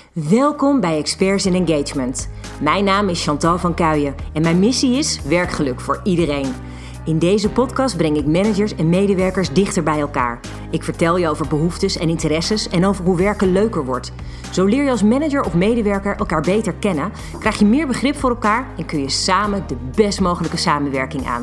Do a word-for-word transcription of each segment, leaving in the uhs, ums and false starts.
Welkom bij Experts in Engagement. Mijn naam is Chantal van Kuijen en mijn missie is werkgeluk voor iedereen. In deze podcast breng ik managers en medewerkers dichter bij elkaar. Ik vertel je over behoeftes en interesses en over hoe werken leuker wordt. Zo leer je als manager of medewerker elkaar beter kennen, krijg je meer begrip voor elkaar en kun je samen de best mogelijke samenwerking aan.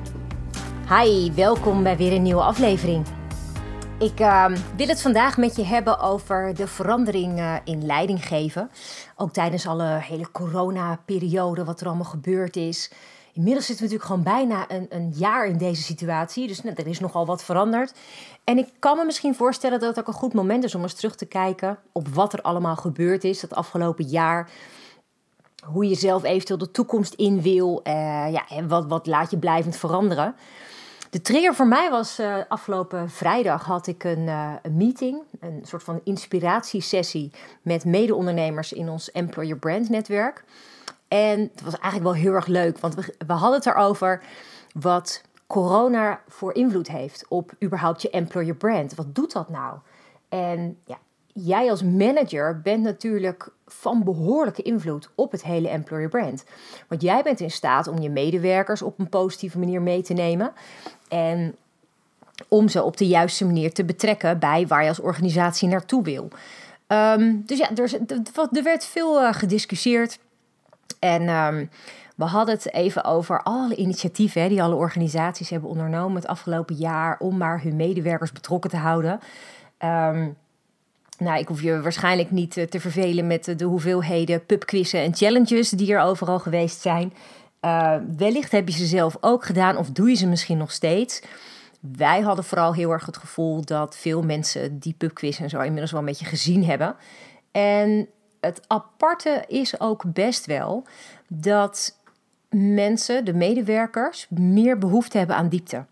Hi, welkom bij weer een nieuwe aflevering. Ik uh, wil het vandaag met je hebben over de verandering uh, in leiding geven. Ook tijdens alle hele corona-periode, wat er allemaal gebeurd is. Inmiddels zitten we natuurlijk gewoon bijna een, een jaar in deze situatie. Dus nou, er is nogal wat veranderd. En ik kan me misschien voorstellen dat het ook een goed moment is om eens terug te kijken op wat er allemaal gebeurd is dat afgelopen jaar. Hoe je zelf eventueel de toekomst in wil. Uh, ja, en wat, wat laat je blijvend veranderen. De trigger voor mij was uh, afgelopen vrijdag had ik een, uh, een meeting, een soort van inspiratiesessie met mede-ondernemers in ons Employer Brand netwerk. En het was eigenlijk wel heel erg leuk, want we, we hadden het erover wat corona voor invloed heeft op überhaupt je Employer Brand. Wat doet dat nou? En ja, jij als manager bent natuurlijk van behoorlijke invloed op het hele Employer Brand. Want jij bent in staat om je medewerkers op een positieve manier mee te nemen. En om ze op de juiste manier te betrekken bij waar je als organisatie naartoe wil. Um, dus ja, er, er werd veel uh, gediscussieerd. En um, we hadden het even over alle initiatieven hè, die alle organisaties hebben ondernomen het afgelopen jaar om maar hun medewerkers betrokken te houden. Um, Nou, ik hoef je waarschijnlijk niet te vervelen met de hoeveelheden pubquizzen en challenges die er overal geweest zijn. Uh, wellicht heb je ze zelf ook gedaan of doe je ze misschien nog steeds. Wij hadden vooral heel erg het gevoel dat veel mensen die pubquiz en zo inmiddels wel een beetje gezien hebben. En het aparte is ook best wel dat mensen, de medewerkers, meer behoefte hebben aan diepte.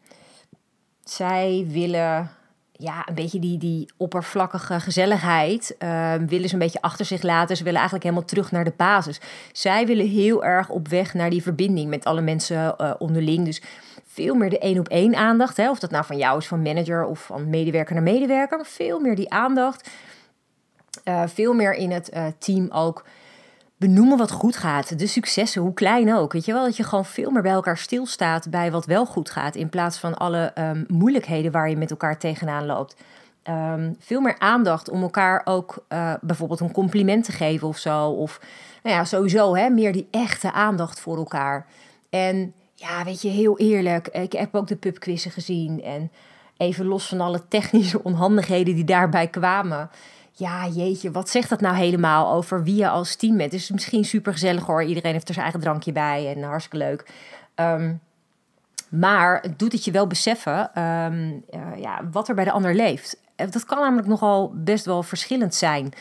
Zij willen ja, een beetje die, die oppervlakkige gezelligheid uh, willen ze een beetje achter zich laten. Ze willen eigenlijk helemaal terug naar de basis. Zij willen heel erg op weg naar die verbinding met alle mensen uh, onderling. Dus veel meer de één op één aandacht. Hè? Of dat nou van jou is, van manager of van medewerker naar medewerker. Maar veel meer die aandacht. Uh, veel meer in het uh, team ook benoemen wat goed gaat. De successen, hoe klein ook. Weet je wel, dat je gewoon veel meer bij elkaar stilstaat bij wat wel goed gaat. In plaats van alle um, moeilijkheden waar je met elkaar tegenaan loopt. Um, veel meer aandacht om elkaar ook uh, bijvoorbeeld een compliment te geven of zo. Of nou ja, sowieso hè, meer die echte aandacht voor elkaar. En ja, weet je, heel eerlijk. Ik heb ook de pubquizzen gezien. En even los van alle technische onhandigheden die daarbij kwamen. Ja, jeetje, wat zegt dat nou helemaal over wie je als team bent? Het is misschien super gezellig hoor. Iedereen heeft er zijn eigen drankje bij en hartstikke leuk. Um, maar het doet het je wel beseffen um, uh, ja, wat er bij de ander leeft. Dat kan namelijk nogal best wel verschillend zijn.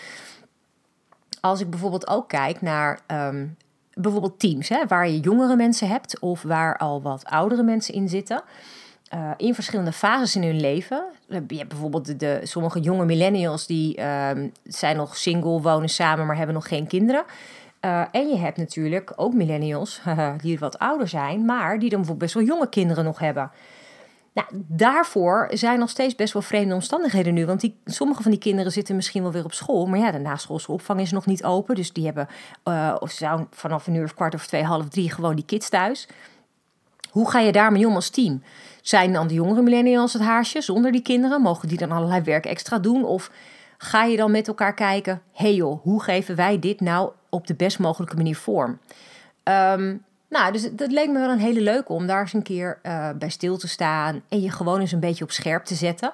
Als ik bijvoorbeeld ook kijk naar um, bijvoorbeeld teams, hè, waar je jongere mensen hebt of waar al wat oudere mensen in zitten. Uh, in verschillende fases in hun leven. Je hebt bijvoorbeeld de, de, sommige jonge millennials die uh, zijn nog single, wonen samen, maar hebben nog geen kinderen. Uh, en je hebt natuurlijk ook millennials uh, die wat ouder zijn, maar die dan bijvoorbeeld best wel jonge kinderen nog hebben. Nou, daarvoor zijn nog steeds best wel vreemde omstandigheden nu. Want die, sommige van die kinderen zitten misschien wel weer op school. Maar ja, de naschoolse opvang is nog niet open. Dus die hebben uh, of zou vanaf een uur of kwart of twee, half drie gewoon die kids thuis. Hoe ga je daarmee om als team? Zijn dan de jongere millennials het haarsje zonder die kinderen? Mogen die dan allerlei werk extra doen? Of ga je dan met elkaar kijken, hé hey joh, hoe geven wij dit nou op de best mogelijke manier vorm? Um, nou, dus dat leek me wel een hele leuke om daar eens een keer uh, bij stil te staan en je gewoon eens een beetje op scherp te zetten.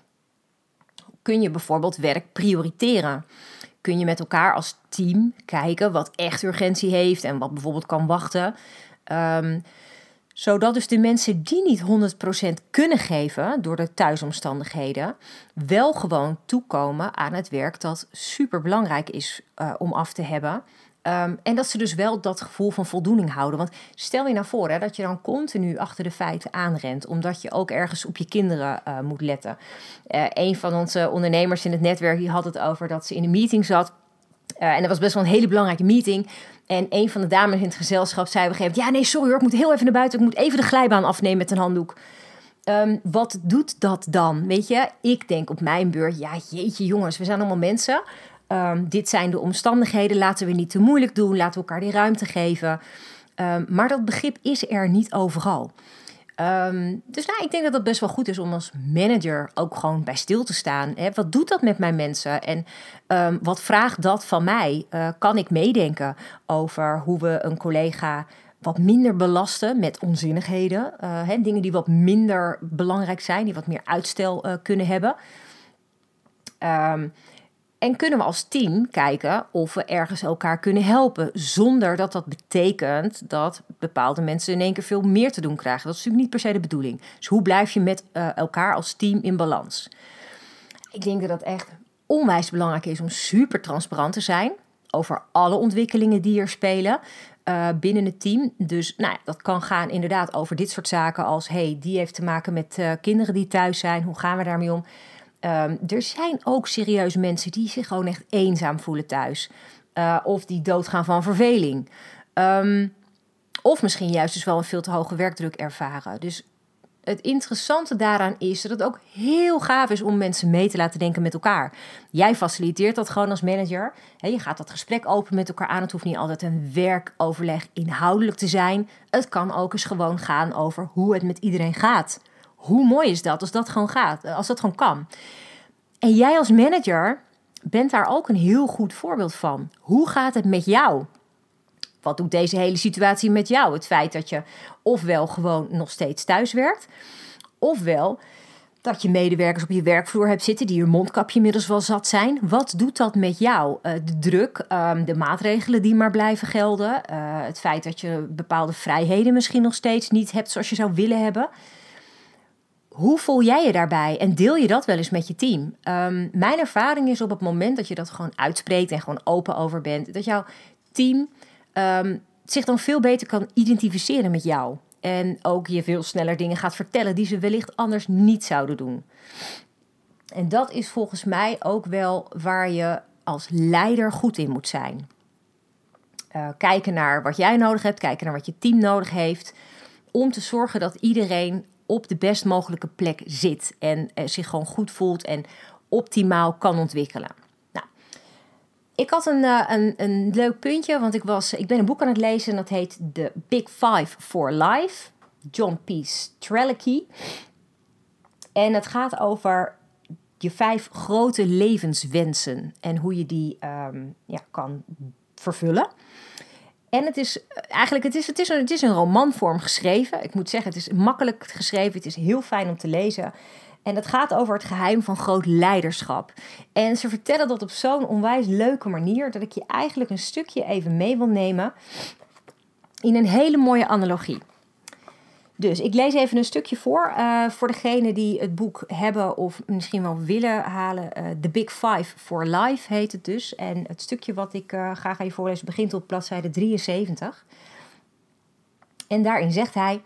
Kun je bijvoorbeeld werk prioriteren? Kun je met elkaar als team kijken wat echt urgentie heeft en wat bijvoorbeeld kan wachten? Um, Zodat dus de mensen die niet honderd procent kunnen geven door de thuisomstandigheden, wel gewoon toekomen aan het werk dat super belangrijk is uh, om af te hebben. Um, en dat ze dus wel dat gevoel van voldoening houden. Want stel je nou voor hè, dat je dan continu achter de feiten aanrent, omdat je ook ergens op je kinderen uh, moet letten. Uh, een van onze ondernemers in het netwerk die had het over dat ze in een meeting zat. Uh, en dat was best wel een hele belangrijke meeting. En een van de dames in het gezelschap zei op een gegeven moment, ja nee, sorry hoor, ik moet heel even naar buiten. Ik moet even de glijbaan afnemen met een handdoek. Um, wat doet dat dan? Weet je, ik denk op mijn beurt, ja jeetje jongens, we zijn allemaal mensen. Um, dit zijn de omstandigheden, laten we niet te moeilijk doen, laten we elkaar die ruimte geven. Um, maar dat begrip is er niet overal. Um, dus nou, ik denk dat het best wel goed is om als manager ook gewoon bij stil te staan. Hè? Wat doet dat met mijn mensen? En um, wat vraagt dat van mij? Uh, kan ik meedenken over hoe we een collega wat minder belasten met onzinnigheden? Uh, hè? Dingen die wat minder belangrijk zijn, die wat meer uitstel uh, kunnen hebben. Um, En kunnen we als team kijken of we ergens elkaar kunnen helpen, zonder dat dat betekent dat bepaalde mensen in één keer veel meer te doen krijgen. Dat is natuurlijk niet per se de bedoeling. Dus hoe blijf je met uh, elkaar als team in balans? Ik denk dat het echt onwijs belangrijk is om super transparant te zijn over alle ontwikkelingen die er spelen uh, binnen het team. Dus nou ja, dat kan gaan inderdaad over dit soort zaken als, hey, die heeft te maken met uh, kinderen die thuis zijn. Hoe gaan we daarmee om? Um, er zijn ook serieus mensen die zich gewoon echt eenzaam voelen thuis. Uh, of die doodgaan van verveling. Um, of misschien juist dus wel een veel te hoge werkdruk ervaren. Dus het interessante daaraan is dat het ook heel gaaf is om mensen mee te laten denken met elkaar. Jij faciliteert dat gewoon als manager. He, je gaat dat gesprek open met elkaar aan. Het hoeft niet altijd een werkoverleg inhoudelijk te zijn. Het kan ook eens gewoon gaan over hoe het met iedereen gaat. Hoe mooi is dat als dat gewoon gaat, als dat gewoon kan. En jij als manager bent daar ook een heel goed voorbeeld van. Hoe gaat het met jou? Wat doet deze hele situatie met jou? Het feit dat je ofwel gewoon nog steeds thuis werkt, ofwel dat je medewerkers op je werkvloer hebt zitten die je mondkapje inmiddels wel zat zijn. Wat doet dat met jou? Uh, de druk, um, de maatregelen die maar blijven gelden, uh, het feit dat je bepaalde vrijheden misschien nog steeds niet hebt zoals je zou willen hebben. Hoe voel jij je daarbij? En deel je dat wel eens met je team? Um, mijn ervaring is op het moment dat je dat gewoon uitspreekt en gewoon open over bent, dat jouw team um, zich dan veel beter kan identificeren met jou. En ook je veel sneller dingen gaat vertellen die ze wellicht anders niet zouden doen. En dat is volgens mij ook wel waar je als leider goed in moet zijn. Uh, kijken naar wat jij nodig hebt, kijken naar wat je team nodig heeft, om te zorgen dat iedereen op de best mogelijke plek zit en uh, zich gewoon goed voelt en optimaal kan ontwikkelen. Nou, ik had een, uh, een, een leuk puntje, want ik, was, ik ben een boek aan het lezen en dat heet The Big Five for Life, John P. Strelicky. En het gaat over je vijf grote levenswensen en hoe je die um, ja, kan vervullen. En het is eigenlijk het is, het is een, het is een romanvorm geschreven. Ik moet zeggen, het is makkelijk geschreven. Het is heel fijn om te lezen. En het gaat over het geheim van groot leiderschap. En ze vertellen dat op zo'n onwijs leuke manier, dat ik je eigenlijk een stukje even mee wil nemen in een hele mooie analogie. Dus ik lees even een stukje voor. Uh, voor degenen die het boek hebben of misschien wel willen halen. Uh, The Big Five for Life heet het dus. En het stukje wat ik uh, graag aan je voorlees begint op bladzijde drieënzeventig. En daarin zegt hij: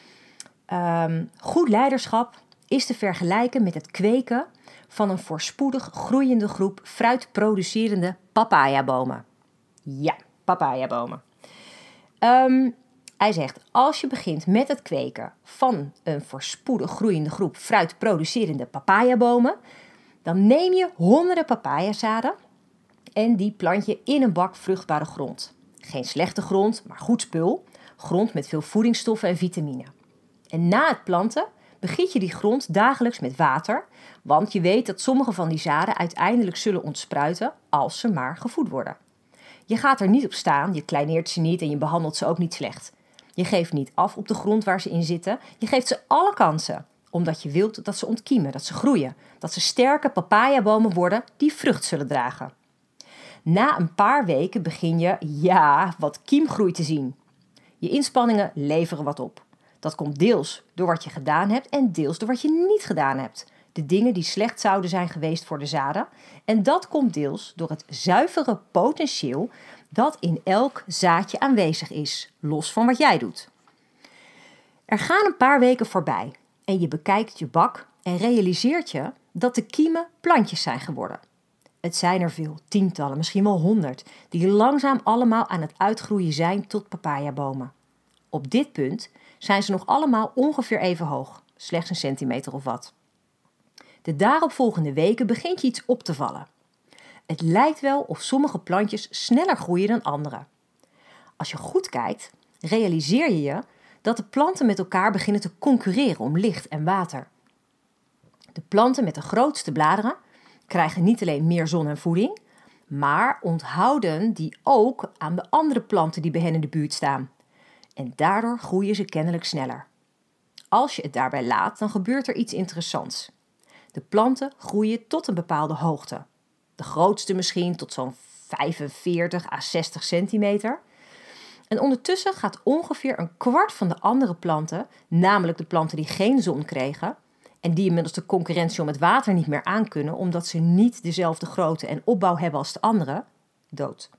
Um, goed leiderschap is te vergelijken met het kweken van een voorspoedig groeiende groep fruitproducerende papayabomen. Ja, papayabomen. Um, Hij zegt, als je begint met het kweken van een voorspoedig groeiende groep fruitproducerende papayabomen, dan neem je honderden papayazaden en die plant je in een bak vruchtbare grond. Geen slechte grond, maar goed spul. Grond met veel voedingsstoffen en vitamine. En na het planten begiet je die grond dagelijks met water, want je weet dat sommige van die zaden uiteindelijk zullen ontspruiten als ze maar gevoed worden. Je gaat er niet op staan, je kleineert ze niet en je behandelt ze ook niet slecht. Je geeft niet af op de grond waar ze in zitten. Je geeft ze alle kansen, omdat je wilt dat ze ontkiemen, dat ze groeien. Dat ze sterke papayabomen worden die vrucht zullen dragen. Na een paar weken begin je, ja, wat kiemgroei te zien. Je inspanningen leveren wat op. Dat komt deels door wat je gedaan hebt en deels door wat je niet gedaan hebt. De dingen die slecht zouden zijn geweest voor de zaden. En dat komt deels door het zuivere potentieel dat in elk zaadje aanwezig is, los van wat jij doet. Er gaan een paar weken voorbij en je bekijkt je bak en realiseert je dat de kiemen plantjes zijn geworden. Het zijn er veel, tientallen, misschien wel honderd, die langzaam allemaal aan het uitgroeien zijn tot papayabomen. Op dit punt zijn ze nog allemaal ongeveer even hoog, slechts een centimeter of wat. De daaropvolgende weken begint je iets op te vallen. Het lijkt wel of sommige plantjes sneller groeien dan andere. Als je goed kijkt, realiseer je je dat de planten met elkaar beginnen te concurreren om licht en water. De planten met de grootste bladeren krijgen niet alleen meer zon en voeding, maar onthouden die ook aan de andere planten die bij hen in de buurt staan. En daardoor groeien ze kennelijk sneller. Als je het daarbij laat, dan gebeurt er iets interessants. De planten groeien tot een bepaalde hoogte. De grootste misschien tot zo'n vijfenveertig à zestig centimeter. En ondertussen gaat ongeveer een kwart van de andere planten, namelijk de planten die geen zon kregen en die inmiddels de concurrentie om het water niet meer aankunnen omdat ze niet dezelfde grootte en opbouw hebben als de andere, dood.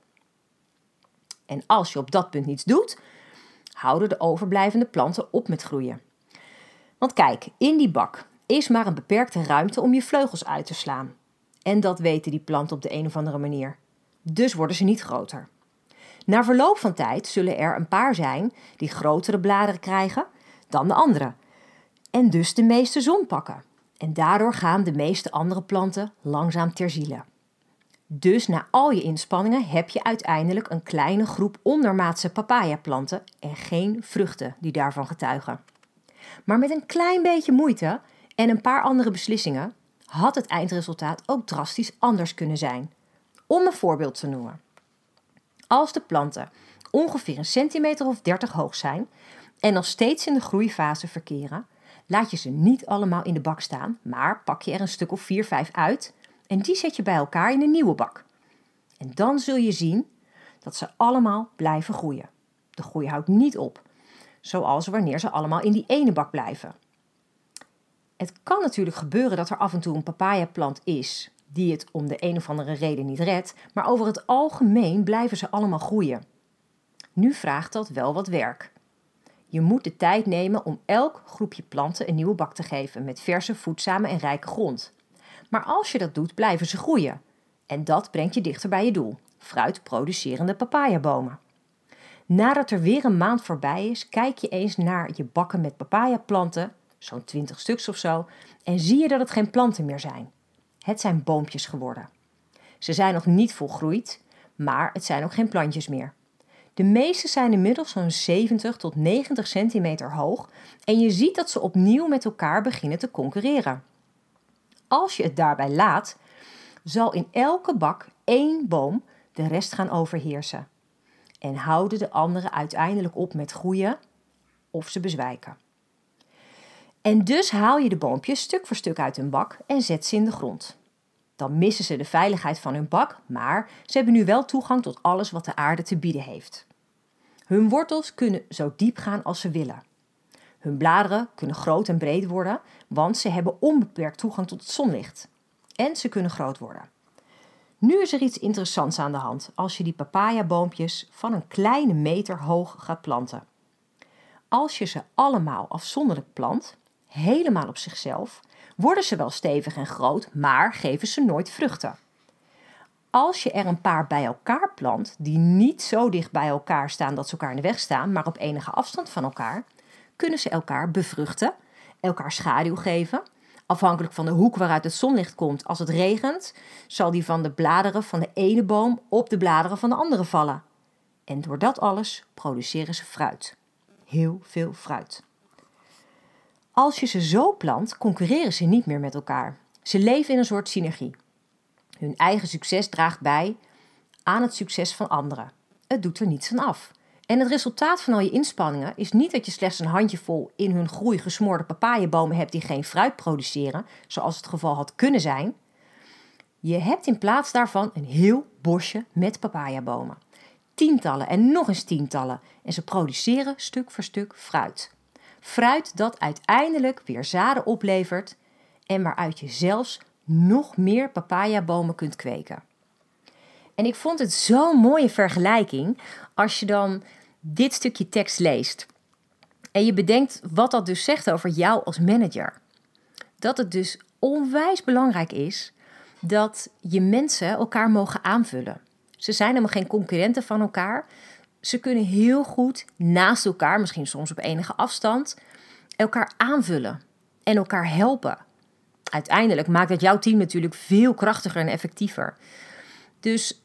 En als je op dat punt niets doet, houden de overblijvende planten op met groeien. Want kijk, in die bak is maar een beperkte ruimte om je vleugels uit te slaan. En dat weten die planten op de een of andere manier. Dus worden ze niet groter. Na verloop van tijd zullen er een paar zijn die grotere bladeren krijgen dan de andere. En dus de meeste zon pakken. En daardoor gaan de meeste andere planten langzaam ter ziele. Dus na al je inspanningen heb je uiteindelijk een kleine groep ondermaatse papayaplanten en geen vruchten die daarvan getuigen. Maar met een klein beetje moeite en een paar andere beslissingen had het eindresultaat ook drastisch anders kunnen zijn. Om een voorbeeld te noemen. Als de planten ongeveer een centimeter of dertig hoog zijn en nog steeds in de groeifase verkeren, laat je ze niet allemaal in de bak staan, maar pak je er een stuk of vier, vijf uit en die zet je bij elkaar in een nieuwe bak. En dan zul je zien dat ze allemaal blijven groeien. De groei houdt niet op, zoals wanneer ze allemaal in die ene bak blijven. Het kan natuurlijk gebeuren dat er af en toe een papayaplant is die het om de een of andere reden niet redt, maar over het algemeen blijven ze allemaal groeien. Nu vraagt dat wel wat werk. Je moet de tijd nemen om elk groepje planten een nieuwe bak te geven met verse, voedzame en rijke grond. Maar als je dat doet, blijven ze groeien. En dat brengt je dichter bij je doel, fruitproducerende papayabomen. Nadat er weer een maand voorbij is, kijk je eens naar je bakken met papayaplanten, zo'n twintig stuks of zo, en zie je dat het geen planten meer zijn. Het zijn boompjes geworden. Ze zijn nog niet volgroeid, maar het zijn ook geen plantjes meer. De meeste zijn inmiddels zo'n zeventig tot negentig centimeter hoog en je ziet dat ze opnieuw met elkaar beginnen te concurreren. Als je het daarbij laat, zal in elke bak één boom de rest gaan overheersen. En houden de anderen uiteindelijk op met groeien of ze bezwijken. En dus haal je de boompjes stuk voor stuk uit hun bak en zet ze in de grond. Dan missen ze de veiligheid van hun bak, maar ze hebben nu wel toegang tot alles wat de aarde te bieden heeft. Hun wortels kunnen zo diep gaan als ze willen. Hun bladeren kunnen groot en breed worden, want ze hebben onbeperkt toegang tot het zonlicht. En ze kunnen groot worden. Nu is er iets interessants aan de hand als je die papayaboompjes van een kleine meter hoog gaat planten. Als je ze allemaal afzonderlijk plant, helemaal op zichzelf, worden ze wel stevig en groot, maar geven ze nooit vruchten. Als je er een paar bij elkaar plant, die niet zo dicht bij elkaar staan dat ze elkaar in de weg staan, maar op enige afstand van elkaar, kunnen ze elkaar bevruchten, elkaar schaduw geven. Afhankelijk van de hoek waaruit het zonlicht komt, als het regent, zal die van de bladeren van de ene boom op de bladeren van de andere vallen. En door dat alles produceren ze fruit. Heel veel fruit. Als je ze zo plant, concurreren ze niet meer met elkaar. Ze leven in een soort synergie. Hun eigen succes draagt bij aan het succes van anderen. Het doet er niets van af. En het resultaat van al je inspanningen is niet dat je slechts een handjevol in hun groei gesmoorde papayabomen hebt die geen fruit produceren, zoals het geval had kunnen zijn. Je hebt in plaats daarvan een heel bosje met papayabomen. Tientallen en nog eens tientallen. En ze produceren stuk voor stuk fruit. Fruit dat uiteindelijk weer zaden oplevert en waaruit je zelfs nog meer papayabomen kunt kweken. En ik vond het zo'n mooie vergelijking als je dan dit stukje tekst leest. En je bedenkt wat dat dus zegt over jou als manager. Dat het dus onwijs belangrijk is dat je mensen elkaar mogen aanvullen. Ze zijn helemaal geen concurrenten van elkaar. Ze kunnen heel goed naast elkaar, misschien soms op enige afstand, elkaar aanvullen en elkaar helpen. Uiteindelijk maakt dat jouw team natuurlijk veel krachtiger en effectiever. Dus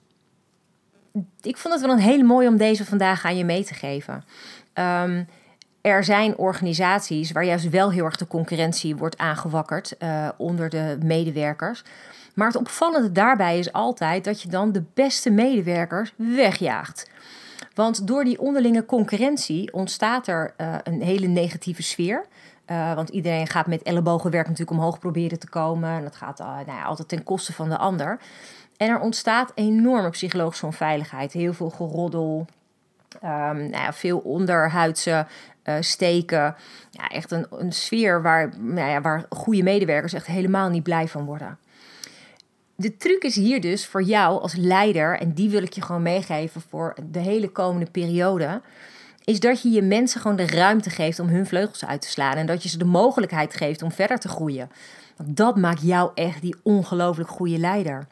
ik vond het wel een hele mooie om deze vandaag aan je mee te geven. Um, er zijn organisaties waar juist wel heel erg de concurrentie wordt aangewakkerd uh, onder de medewerkers. Maar het opvallende daarbij is altijd dat je dan de beste medewerkers wegjaagt. Want door die onderlinge concurrentie ontstaat er uh, een hele negatieve sfeer. Uh, want iedereen gaat met ellebogenwerk natuurlijk omhoog proberen te komen. En dat gaat uh, nou ja, altijd ten koste van de ander. En er ontstaat enorme psychologische onveiligheid. Heel veel geroddel, um, nou ja, veel onderhuidse uh, steken. Ja, echt een, een sfeer waar, nou ja, waar goede medewerkers echt helemaal niet blij van worden. De truc is hier dus voor jou als leider, en die wil ik je gewoon meegeven voor de hele komende periode, is dat je je mensen gewoon de ruimte geeft om hun vleugels uit te slaan. En dat je ze de mogelijkheid geeft om verder te groeien. Want dat maakt jou echt die ongelooflijk goede leider.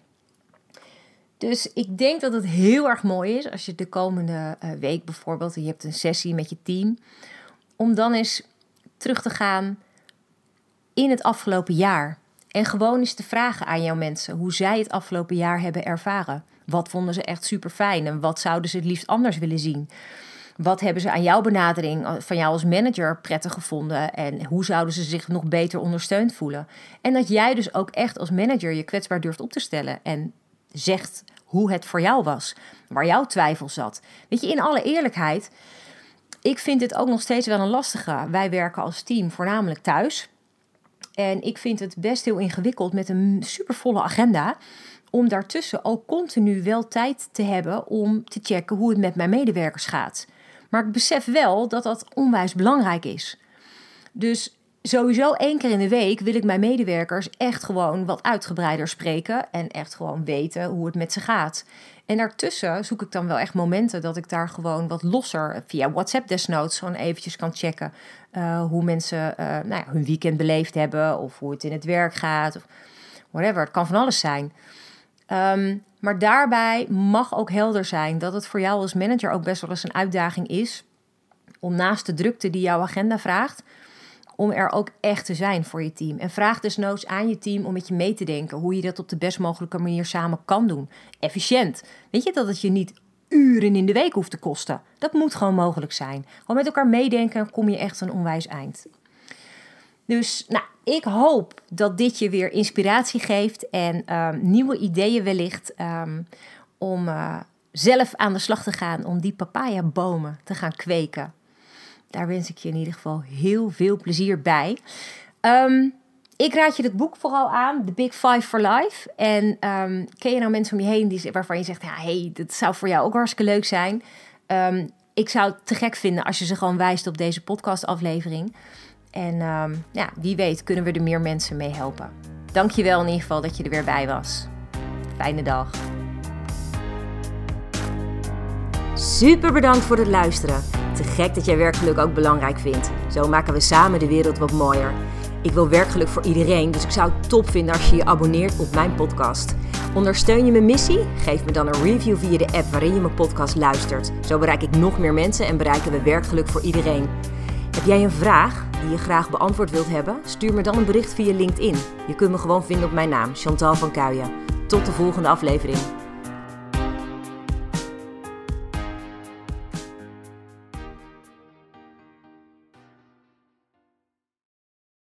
Dus ik denk dat het heel erg mooi is als je de komende uh, week bijvoorbeeld, je hebt een sessie met je team, om dan eens terug te gaan in het afgelopen jaar. En gewoon eens te vragen aan jouw mensen hoe zij het afgelopen jaar hebben ervaren. Wat vonden ze echt super fijn en wat zouden ze het liefst anders willen zien? Wat hebben ze aan jouw benadering van jou als manager prettig gevonden? En hoe zouden ze zich nog beter ondersteund voelen? En dat jij dus ook echt als manager je kwetsbaar durft op te stellen en zegt hoe het voor jou was. Waar jouw twijfel zat. Weet je, in alle eerlijkheid, ik vind dit ook nog steeds wel een lastige. Wij werken als team voornamelijk thuis. En ik vind het best heel ingewikkeld met een supervolle agenda om daartussen ook continu wel tijd te hebben om te checken hoe het met mijn medewerkers gaat. Maar ik besef wel dat dat onwijs belangrijk is. Dus sowieso één keer in de week wil ik mijn medewerkers echt gewoon wat uitgebreider spreken en echt gewoon weten hoe het met ze gaat. En daartussen zoek ik dan wel echt momenten dat ik daar gewoon wat losser via WhatsApp desnoods gewoon eventjes kan checken uh, hoe mensen uh, nou ja, hun weekend beleefd hebben of hoe het in het werk gaat of whatever. Het kan van alles zijn. Um, maar daarbij mag ook helder zijn dat het voor jou als manager ook best wel eens een uitdaging is om naast de drukte die jouw agenda vraagt, om er ook echt te zijn voor je team. En vraag desnoods aan je team om met je mee te denken hoe je dat op de best mogelijke manier samen kan doen. Efficiënt. Weet je dat het je niet uren in de week hoeft te kosten? Dat moet gewoon mogelijk zijn. Gewoon met elkaar meedenken kom je echt een onwijs eind. Dus nou, ik hoop dat dit je weer inspiratie geeft en um, nieuwe ideeën wellicht um, om uh, zelf aan de slag te gaan om die papayabomen te gaan kweken. Daar wens ik je in ieder geval heel veel plezier bij. Um, ik raad je het boek vooral aan, The Big Five for Life. En um, ken je nou mensen om je heen die, waarvan je zegt, ja, hey, dat zou voor jou ook hartstikke leuk zijn. Um, ik zou het te gek vinden als je ze gewoon wijst op deze podcastaflevering. En um, ja, wie weet kunnen we er meer mensen mee helpen. Dank je wel in ieder geval dat je er weer bij was. Fijne dag. Super bedankt voor het luisteren. Te gek dat jij werkgeluk ook belangrijk vindt. Zo maken we samen de wereld wat mooier. Ik wil werkgeluk voor iedereen, dus ik zou het top vinden als je je abonneert op mijn podcast. Ondersteun je mijn missie? Geef me dan een review via de app waarin je mijn podcast luistert. Zo bereik ik nog meer mensen en bereiken we werkgeluk voor iedereen. Heb jij een vraag die je graag beantwoord wilt hebben? Stuur me dan een bericht via LinkedIn. Je kunt me gewoon vinden op mijn naam, Chantal van Kuijen. Tot de volgende aflevering.